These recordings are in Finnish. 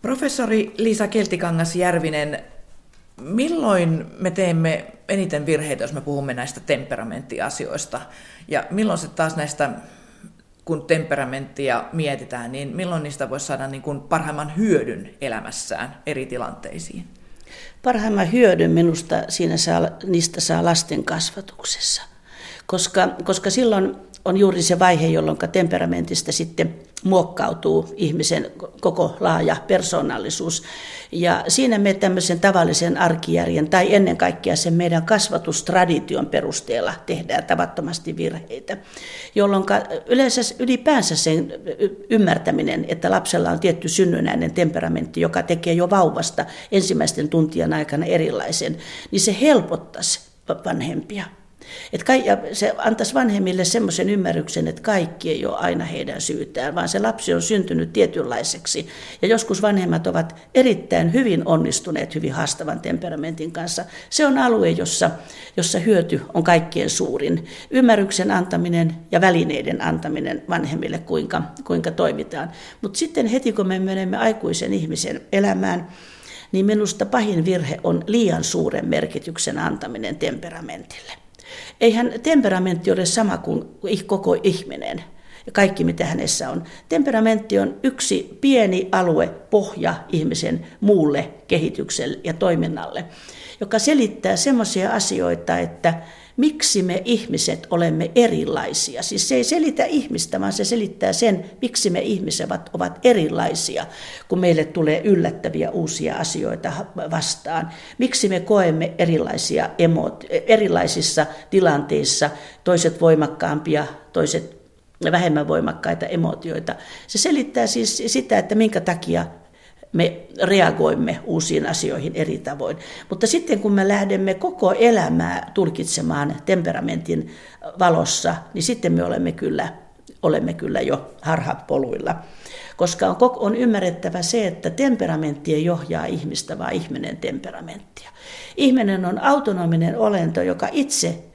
Professori Liisa Keltikangas-Järvinen, milloin me teemme eniten virheitä, jos me puhumme näistä temperamenttiasioista? Ja milloin se taas näistä, kun temperamenttia mietitään, niin milloin niistä voisi saada niin kuin parhaimman hyödyn elämässään eri tilanteisiin? Parhaimman hyödyn minusta niistä saa lasten kasvatuksessa, koska silloin on juuri se vaihe, jolloin temperamentista sitten muokkautuu ihmisen koko laaja persoonallisuus. Ja siinä me tämmöisen tavallisen arkijärjen tai ennen kaikkea sen meidän kasvatustradition perusteella tehdään tavattomasti virheitä, jolloin ylipäänsä sen ymmärtäminen, että lapsella on tietty synnynnäinen temperamentti, joka tekee jo vauvasta ensimmäisten tuntien aikana erilaisen, niin se helpottaisi vanhempia. Ja se antaisi vanhemmille semmoisen ymmärryksen, että kaikki ei ole aina heidän syytään, vaan se lapsi on syntynyt tietynlaiseksi. Ja joskus vanhemmat ovat erittäin hyvin onnistuneet hyvin haastavan temperamentin kanssa. Se on alue, jossa hyöty on kaikkien suurin. Ymmärryksen antaminen ja välineiden antaminen vanhemmille, kuinka toimitaan. Mutta sitten heti, kun me menemme aikuisen ihmisen elämään, niin minusta pahin virhe on liian suuren merkityksen antaminen temperamentille. Eihän temperamentti ole sama kuin koko ihminen ja kaikki, mitä hänessä on. Temperamentti on yksi pieni alue, pohja ihmisen muulle kehitykselle ja toiminnalle, joka selittää semmoisia asioita, että miksi me ihmiset olemme erilaisia. Siis se ei selitä ihmistä, vaan se selittää sen, miksi me ihmiset ovat erilaisia, kun meille tulee yllättäviä uusia asioita vastaan. Miksi me koemme erilaisissa tilanteissa, toiset voimakkaampia, toiset vähemmän voimakkaita emootioita. Se selittää siis sitä, että minkä takia me reagoimme uusiin asioihin eri tavoin. Mutta sitten kun me lähdemme koko elämää tulkitsemaan temperamentin valossa, niin sitten me olemme kyllä jo harhapoluilla. Koska on ymmärrettävä se, että temperamentti ei ohjaa ihmistä, vaan ihminen temperamenttia. Ihminen on autonominen olento, joka itse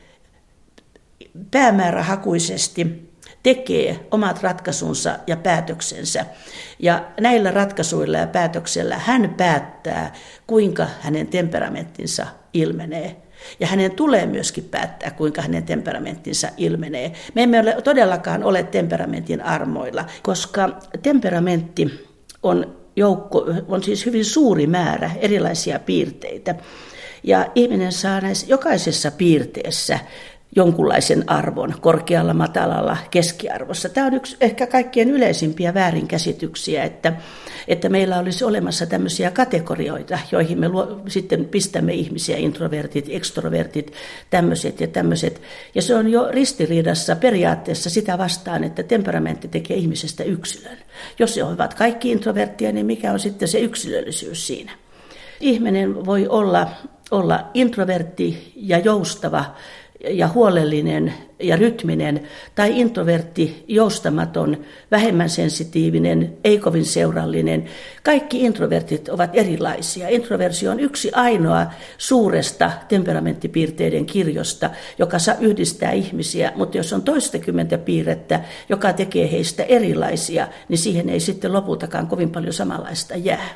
päämäärähakuisesti tekee omat ratkaisunsa ja päätöksensä. Ja näillä ratkaisuilla ja päätöksellä hän päättää, kuinka hänen temperamenttinsa ilmenee. Ja hänen tulee myöskin päättää, kuinka hänen temperamenttinsa ilmenee. Me emme todellakaan ole temperamentin armoilla, koska temperamentti on siis hyvin suuri määrä erilaisia piirteitä. Ja ihminen saa näissä jokaisessa piirteessä jonkunlaisen arvon, korkealla, matalalla, keskiarvossa. Tämä on yksi ehkä kaikkien yleisimpiä väärinkäsityksiä, että meillä olisi olemassa tämmöisiä kategorioita, joihin me sitten pistämme ihmisiä, introvertit, extrovertit, tämmöiset ja tämmöiset. Ja se on jo ristiriidassa periaatteessa sitä vastaan, että temperamentti tekee ihmisestä yksilön. Jos he ovat kaikki introverttia, niin mikä on sitten se yksilöllisyys siinä? Ihminen voi olla introvertti ja joustava, ja huolellinen ja rytminen, tai introvertti, joustamaton, vähemmän sensitiivinen, ei kovin seurallinen. Kaikki introvertit ovat erilaisia. Introversio on yksi ainoa suuresta temperamenttipiirteiden kirjosta, joka yhdistää ihmisiä, mutta jos on toistakymmentä piirrettä, joka tekee heistä erilaisia, niin siihen ei sitten lopultakaan kovin paljon samanlaista jää.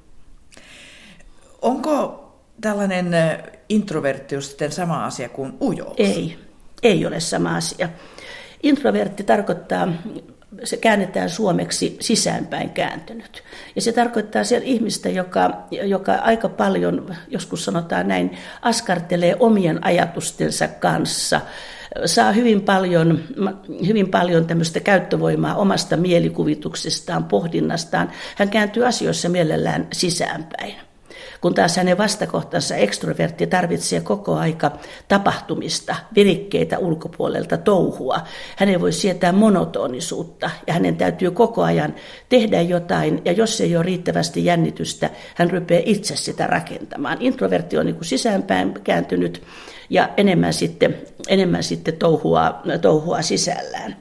Onko tällainen introverttius sitten sama asia kuin ujous? Ei ole sama asia. Introvertti tarkoittaa, se käännetään suomeksi sisäänpäin kääntynyt. Ja se tarkoittaa siellä ihmistä, joka aika paljon, joskus sanotaan näin, askartelee omien ajatustensa kanssa, saa hyvin paljon tämmöistä käyttövoimaa omasta mielikuvituksestaan, pohdinnastaan. Hän kääntyy asioissa mielellään sisäänpäin. Kun taas hänen vastakohtansa ekstrovertti tarvitsee koko aika tapahtumista, virikkeitä ulkopuolelta, touhua. Hän ei voi sietää monotonisuutta ja hänen täytyy koko ajan tehdä jotain. Ja jos ei ole riittävästi jännitystä, hän rupeaa itse sitä rakentamaan. Introvertti on niin kuin sisäänpäin kääntynyt ja enemmän sitten touhua sisällään.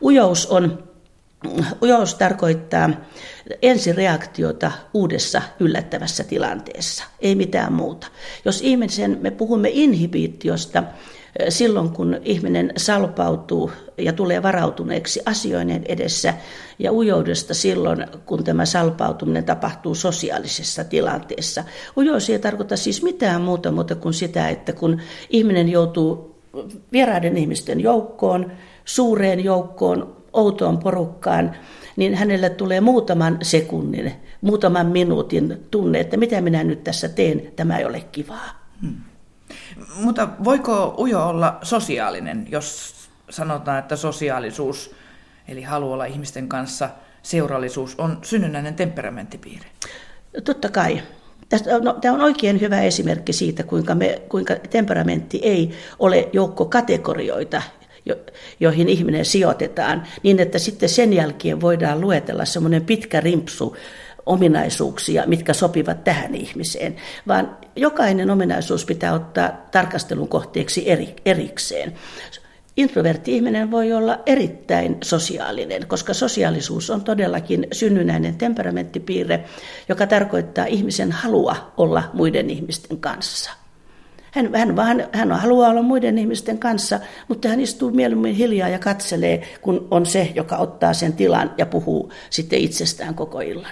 Ujous tarkoittaa ensireaktiota uudessa yllättävässä tilanteessa, ei mitään muuta. Jos me puhumme inhibiitiosta, silloin, kun ihminen salpautuu ja tulee varautuneeksi asioiden edessä, ja ujoudesta silloin, kun tämä salpautuminen tapahtuu sosiaalisessa tilanteessa. Ujous ei tarkoita siis mitään muuta kuin sitä, että kun ihminen joutuu vieraiden ihmisten joukkoon, suureen joukkoon, outoon porukkaan, niin hänelle tulee muutaman sekunnin, muutaman minuutin tunne, että mitä minä nyt tässä teen, tämä ei ole kivaa. Mutta voiko ujo olla sosiaalinen, jos sanotaan, että sosiaalisuus, eli halu olla ihmisten kanssa, seurallisuus on synnynnäinen temperamenttipiirre? Totta kai. Tämä on oikein hyvä esimerkki siitä, kuinka temperamentti ei ole joukko kategorioita, joihin ihminen sijoitetaan, niin että sitten sen jälkeen voidaan luetella semmoinen pitkä rimpsu ominaisuuksia, mitkä sopivat tähän ihmiseen, vaan jokainen ominaisuus pitää ottaa tarkastelun kohteeksi erikseen. Introvertti ihminen voi olla erittäin sosiaalinen, koska sosiaalisuus on todellakin synnynnäinen temperamenttipiirre, joka tarkoittaa ihmisen halua olla muiden ihmisten kanssa. Hän haluaa olla muiden ihmisten kanssa, mutta hän istuu mieluummin hiljaa ja katselee, kun on se, joka ottaa sen tilan ja puhuu sitten itsestään koko illan.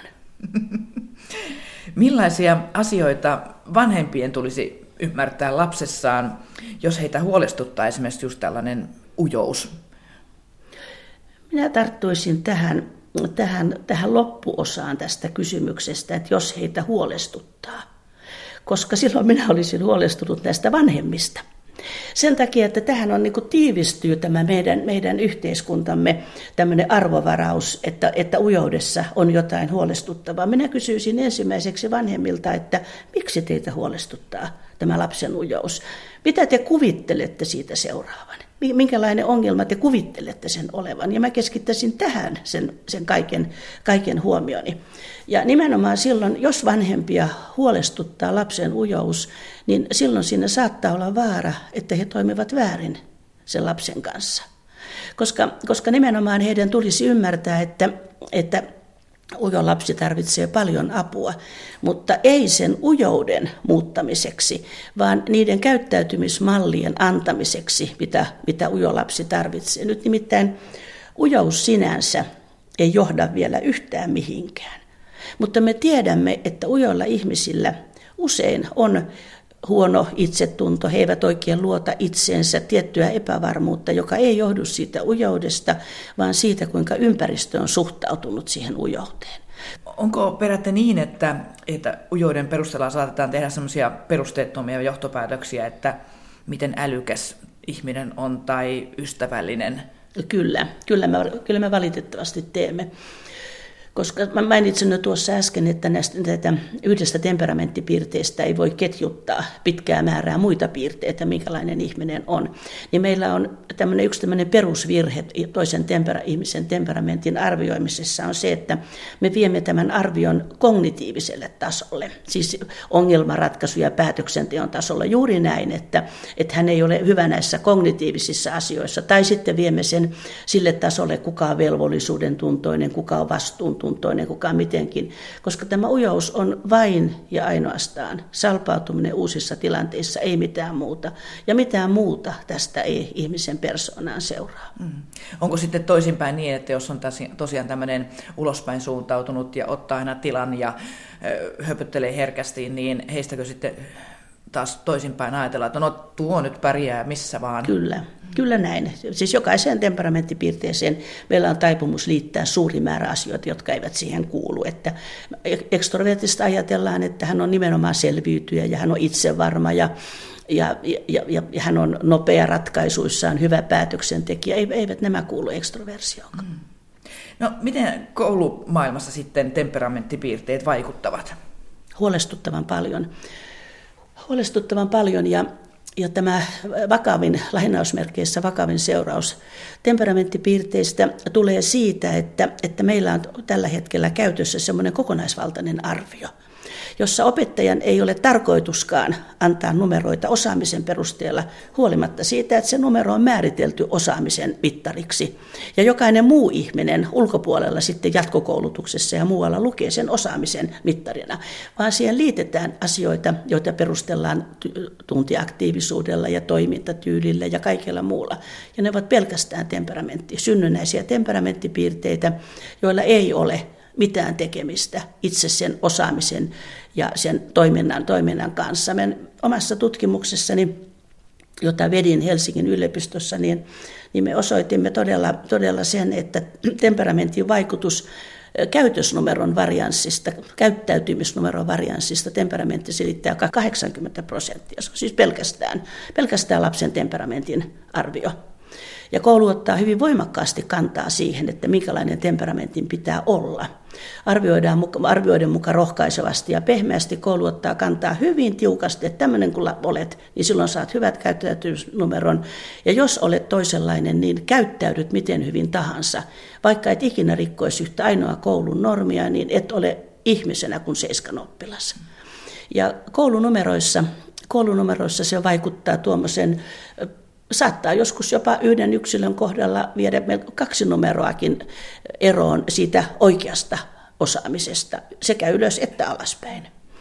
Millaisia asioita vanhempien tulisi ymmärtää lapsessaan, jos heitä huolestuttaa esimerkiksi just tällainen ujous? Minä tarttuisin tähän loppuosaan tästä kysymyksestä, että jos heitä huolestuttaa. Koska silloin minä olisin huolestunut näistä vanhemmista. Sen takia, että tähän on tiivistyy tämä meidän yhteiskuntamme tämmöinen arvovaraus, että ujoudessa on jotain huolestuttavaa. Minä kysyisin ensimmäiseksi vanhemmilta, että miksi teitä huolestuttaa tämä lapsen ujous? Mitä te kuvittelette siitä seuraavan? Minkälainen ongelma te kuvittelette sen olevan? Ja mä keskittäisin tähän sen kaiken huomioni. Ja nimenomaan silloin, jos vanhempia huolestuttaa lapsen ujous, niin silloin siinä saattaa olla vaara, että he toimivat väärin sen lapsen kanssa. Koska nimenomaan heidän tulisi ymmärtää, että ujo lapsi tarvitsee paljon apua, mutta ei sen ujouden muuttamiseksi, vaan niiden käyttäytymismallien antamiseksi, mitä ujo lapsi tarvitsee. Nyt nimittäin ujous sinänsä ei johda vielä yhtään mihinkään. Mutta me tiedämme, että ujoilla ihmisillä usein on huono itsetunto, he eivät oikein luota itseensä, tiettyä epävarmuutta, joka ei johdu siitä ujoudesta, vaan siitä, kuinka ympäristö on suhtautunut siihen ujouteen. Onko peräti niin, että ujouden perusteella saatetaan tehdä sellaisia perusteettomia johtopäätöksiä, että miten älykäs ihminen on tai ystävällinen? Kyllä me valitettavasti teemme. Koska mä mainitsin jo tuossa äsken, että näitä yhdestä temperamenttipiirteestä ei voi ketjuttaa pitkää määrää muita piirteitä, minkälainen ihminen on. Niin meillä on yksi tämmöinen perusvirhe toisen ihmisen temperamentin arvioimisessa on se, että me viemme tämän arvion kognitiiviselle tasolle, siis ongelmanratkaisu- ja päätöksenteon tasolla juuri näin, että hän ei ole hyvä näissä kognitiivisissa asioissa. Tai sitten viemme sen sille tasolle, kuka on velvollisuuden tuntoinen, kuka on vastuuntuntoinen, kukaan mitenkin, koska tämä ujous on vain ja ainoastaan salpautuminen uusissa tilanteissa, ei mitään muuta. Ja mitään muuta tästä ei ihmisen persoonaan seuraa. Onko sitten toisinpäin niin, että jos on tosiaan tämmöinen ulospäin suuntautunut ja ottaa aina tilan ja höpöttelee herkästi, niin heistäkö sitten taas toisinpäin ajatellaan, että no tuo nyt pärjää missä vaan? Kyllä näin. Siis jokaiseen temperamenttipiirteeseen meillä on taipumus liittää suuri määrä asioita, jotka eivät siihen kuulu. Että ekstrovertista ajatellaan, että hän on nimenomaan selviytyjä ja hän on itsevarma ja hän on nopea ratkaisuissaan, hyvä päätöksentekijä. Eivät nämä kuulu ekstroversioon. No miten koulumaailmassa sitten temperamenttipiirteet vaikuttavat? Huolestuttavan paljon ja tämä lainausmerkeissä vakavin seuraus temperamenttipiirteistä tulee siitä, että meillä on tällä hetkellä käytössä semmoinen kokonaisvaltainen arvio. jossa opettajan ei ole tarkoituskaan antaa numeroita osaamisen perusteella huolimatta siitä, että se numero on määritelty osaamisen mittariksi. Ja jokainen muu ihminen ulkopuolella sitten jatkokoulutuksessa ja muualla lukee sen osaamisen mittarina, vaan siihen liitetään asioita, joita perustellaan tuntiaktiivisuudella ja toimintatyylillä ja kaikella muulla. Ja ne ovat pelkästään synnynnäisiä temperamenttipiirteitä, joilla ei ole mitään tekemistä itse sen osaamisen ja sen toiminnan kanssa. Mä omassa tutkimuksessani, jota vedin Helsingin yliopistossa, niin me osoitimme todella sen, että temperamentin vaikutus käyttäytymisnumeron varianssista temperamentti selittää 80%. Se on siis pelkästään lapsen temperamentin arvio. Ja koulu ottaa hyvin voimakkaasti kantaa siihen, että minkälainen temperamentin pitää olla. Arvioiden mukaan rohkaisevasti ja pehmeästi koulu ottaa kantaa hyvin tiukasti, että tämmöinen kun olet, niin silloin saat hyvät käyttäytymisnumeron. Ja jos olet toisenlainen, niin käyttäydyt miten hyvin tahansa. Vaikka et ikinä rikkoisi yhtä ainoa koulun normia, niin et ole ihmisenä kuin 7 oppilas. Ja koulunumeroissa se vaikuttaa tuommoisen. Saattaa joskus jopa yhden yksilön kohdalla viedä 2 numeroakin eroon siitä oikeasta osaamisesta, sekä ylös että alaspäin.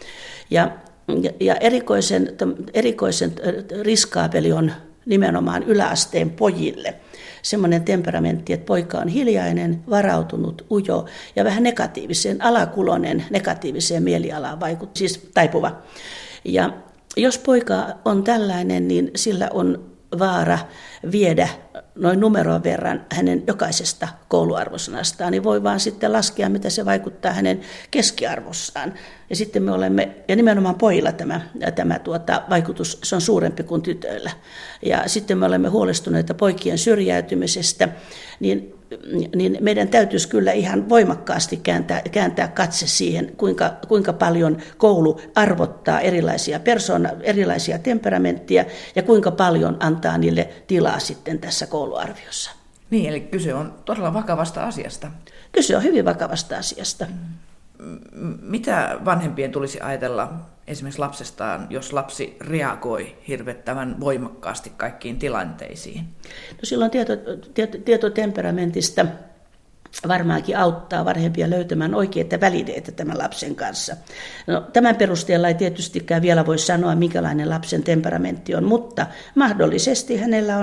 Ja erikoisen riskaapeli on nimenomaan yläasteen pojille semmoinen temperamentti, että poika on hiljainen, varautunut, ujo ja vähän alakuloinen negatiiviseen mielialaan siis taipuva. Ja jos poika on tällainen, niin sillä on vaara viedä noin numeron verran hänen jokaisesta kouluarvosanastaan, niin voi vaan sitten laskea, mitä se vaikuttaa hänen keskiarvossaan. Ja sitten ja nimenomaan pojilla tämä vaikutus, se on suurempi kuin tytöillä. Ja sitten me olemme huolestuneita poikien syrjäytymisestä, niin meidän täytyisi kyllä ihan voimakkaasti kääntää katse siihen, kuinka paljon koulu arvottaa erilaisia temperamentteja ja kuinka paljon antaa niille tilaa sitten tässä kouluarviossa. Niin, eli kyse on todella vakavasta asiasta. Kyse on hyvin vakavasta asiasta. Mitä vanhempien tulisi ajatella esimerkiksi lapsestaan, jos lapsi reagoi hirvittävän voimakkaasti kaikkiin tilanteisiin? No silloin tieto temperamentista varmaankin auttaa vanhempia löytämään oikeita välineitä tämän lapsen kanssa. No, tämän perusteella ei tietystikään vielä voi sanoa, minkälainen lapsen temperamentti on, mutta mahdollisesti hänellä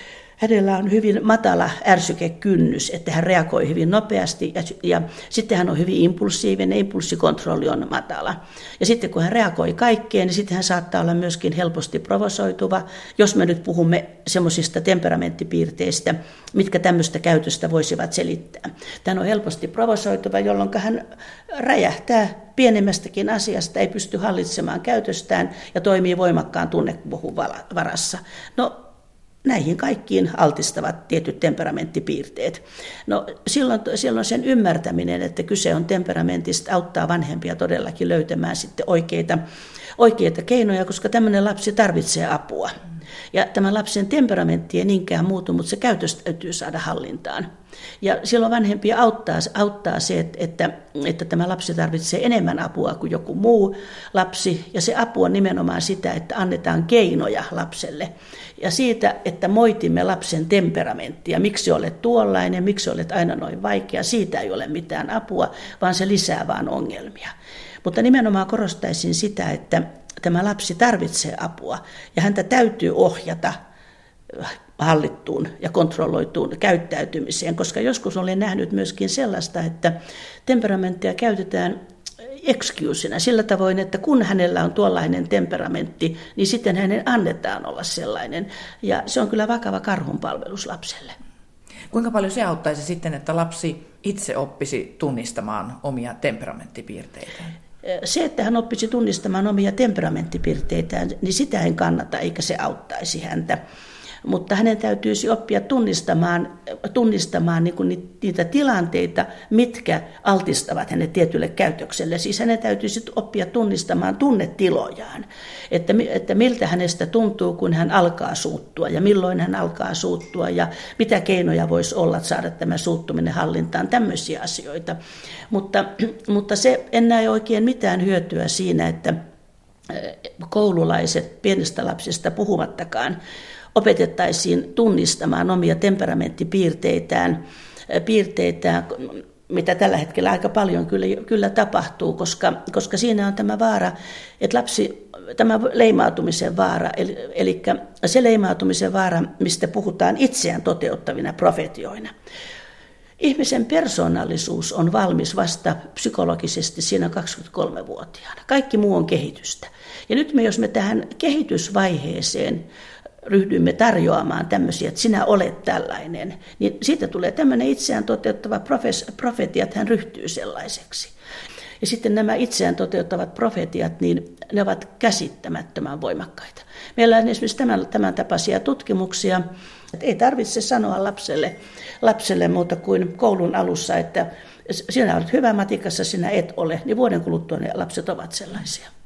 on hyvin matala ärsykekynnys, että hän reagoi hyvin nopeasti ja sitten hän on hyvin impulsiivinen, impulssikontrolli on matala. Ja sitten kun hän reagoi kaikkeen, niin sitten hän saattaa olla myöskin helposti provosoituva, jos me nyt puhumme semmoisista temperamenttipiirteistä, mitkä tämmöistä käytöstä voisivat selittää. Hän on helposti provosoituva, jolloin hän räjähtää pienemmästäkin asiasta, ei pysty hallitsemaan käytöstään ja toimii voimakkaan tunnekuohun varassa. No, näihin kaikkiin altistavat tietyt temperamenttipiirteet. No, silloin sen ymmärtäminen, että kyse on temperamentista, auttaa vanhempia todellakin löytämään sitten oikeita keinoja, koska tämmöinen lapsi tarvitsee apua. Ja tämän lapsen temperamentti ei niinkään muutu, mutta se käytös täytyy saada hallintaan. Ja silloin vanhempia auttaa se, että tämä lapsi tarvitsee enemmän apua kuin joku muu lapsi. Ja se apu on nimenomaan sitä, että annetaan keinoja lapselle. Ja siitä, että moitimme lapsen temperamenttia, miksi olet tuollainen, miksi olet aina noin vaikea, siitä ei ole mitään apua, vaan se lisää vaan ongelmia. Mutta nimenomaan korostaisin sitä, että tämä lapsi tarvitsee apua ja häntä täytyy ohjata hallittuun ja kontrolloituun käyttäytymiseen, koska joskus olen nähnyt myöskin sellaista, että temperamenttia käytetään excusenä sillä tavoin, että kun hänellä on tuollainen temperamentti, niin sitten hänen annetaan olla sellainen. Ja se on kyllä vakava karhunpalvelus lapselle. Kuinka paljon se auttaisi sitten, että lapsi itse oppisi tunnistamaan omia temperamenttipiirteitään? Se, että hän oppisi tunnistamaan omia temperamenttipiirteitään, niin sitä en kannata eikä se auttaisi häntä. mutta hänen täytyisi oppia tunnistamaan niin kuin niitä tilanteita, mitkä altistavat hänet tietylle käytökselle. Siis hänen täytyisi oppia tunnistamaan tunnetilojaan, että miltä hänestä tuntuu, kun hän alkaa suuttua ja milloin hän alkaa suuttua ja mitä keinoja voisi olla saada tämä suuttuminen hallintaan, tämmöisiä asioita. Mutta se en näe oikein mitään hyötyä siinä, että koululaiset pienistä lapsista puhumattakaan opetettaisiin tunnistamaan omia temperamenttipiirteitään, mitä tällä hetkellä aika paljon kyllä tapahtuu, koska siinä on tämä vaara, että tämä leimautumisen vaara, eli se leimautumisen vaara, mistä puhutaan itseään toteuttavina profetioina. Ihmisen persoonallisuus on valmis vasta psykologisesti siinä 23-vuotiaana. Kaikki muu on kehitystä. Ja nyt jos me tähän kehitysvaiheeseen ryhdymme tarjoamaan tämmöisiä, että sinä olet tällainen, niin siitä tulee tämmöinen itseään toteuttava profetia, että hän ryhtyy sellaiseksi. Ja sitten nämä itseään toteuttavat profetiat, niin ne ovat käsittämättömän voimakkaita. Meillä on esimerkiksi tämän tapaisia tutkimuksia, että ei tarvitse sanoa lapselle muuta kuin koulun alussa, että sinä olet hyvä matikassa, sinä et ole, niin vuoden kuluttua ne lapset ovat sellaisia.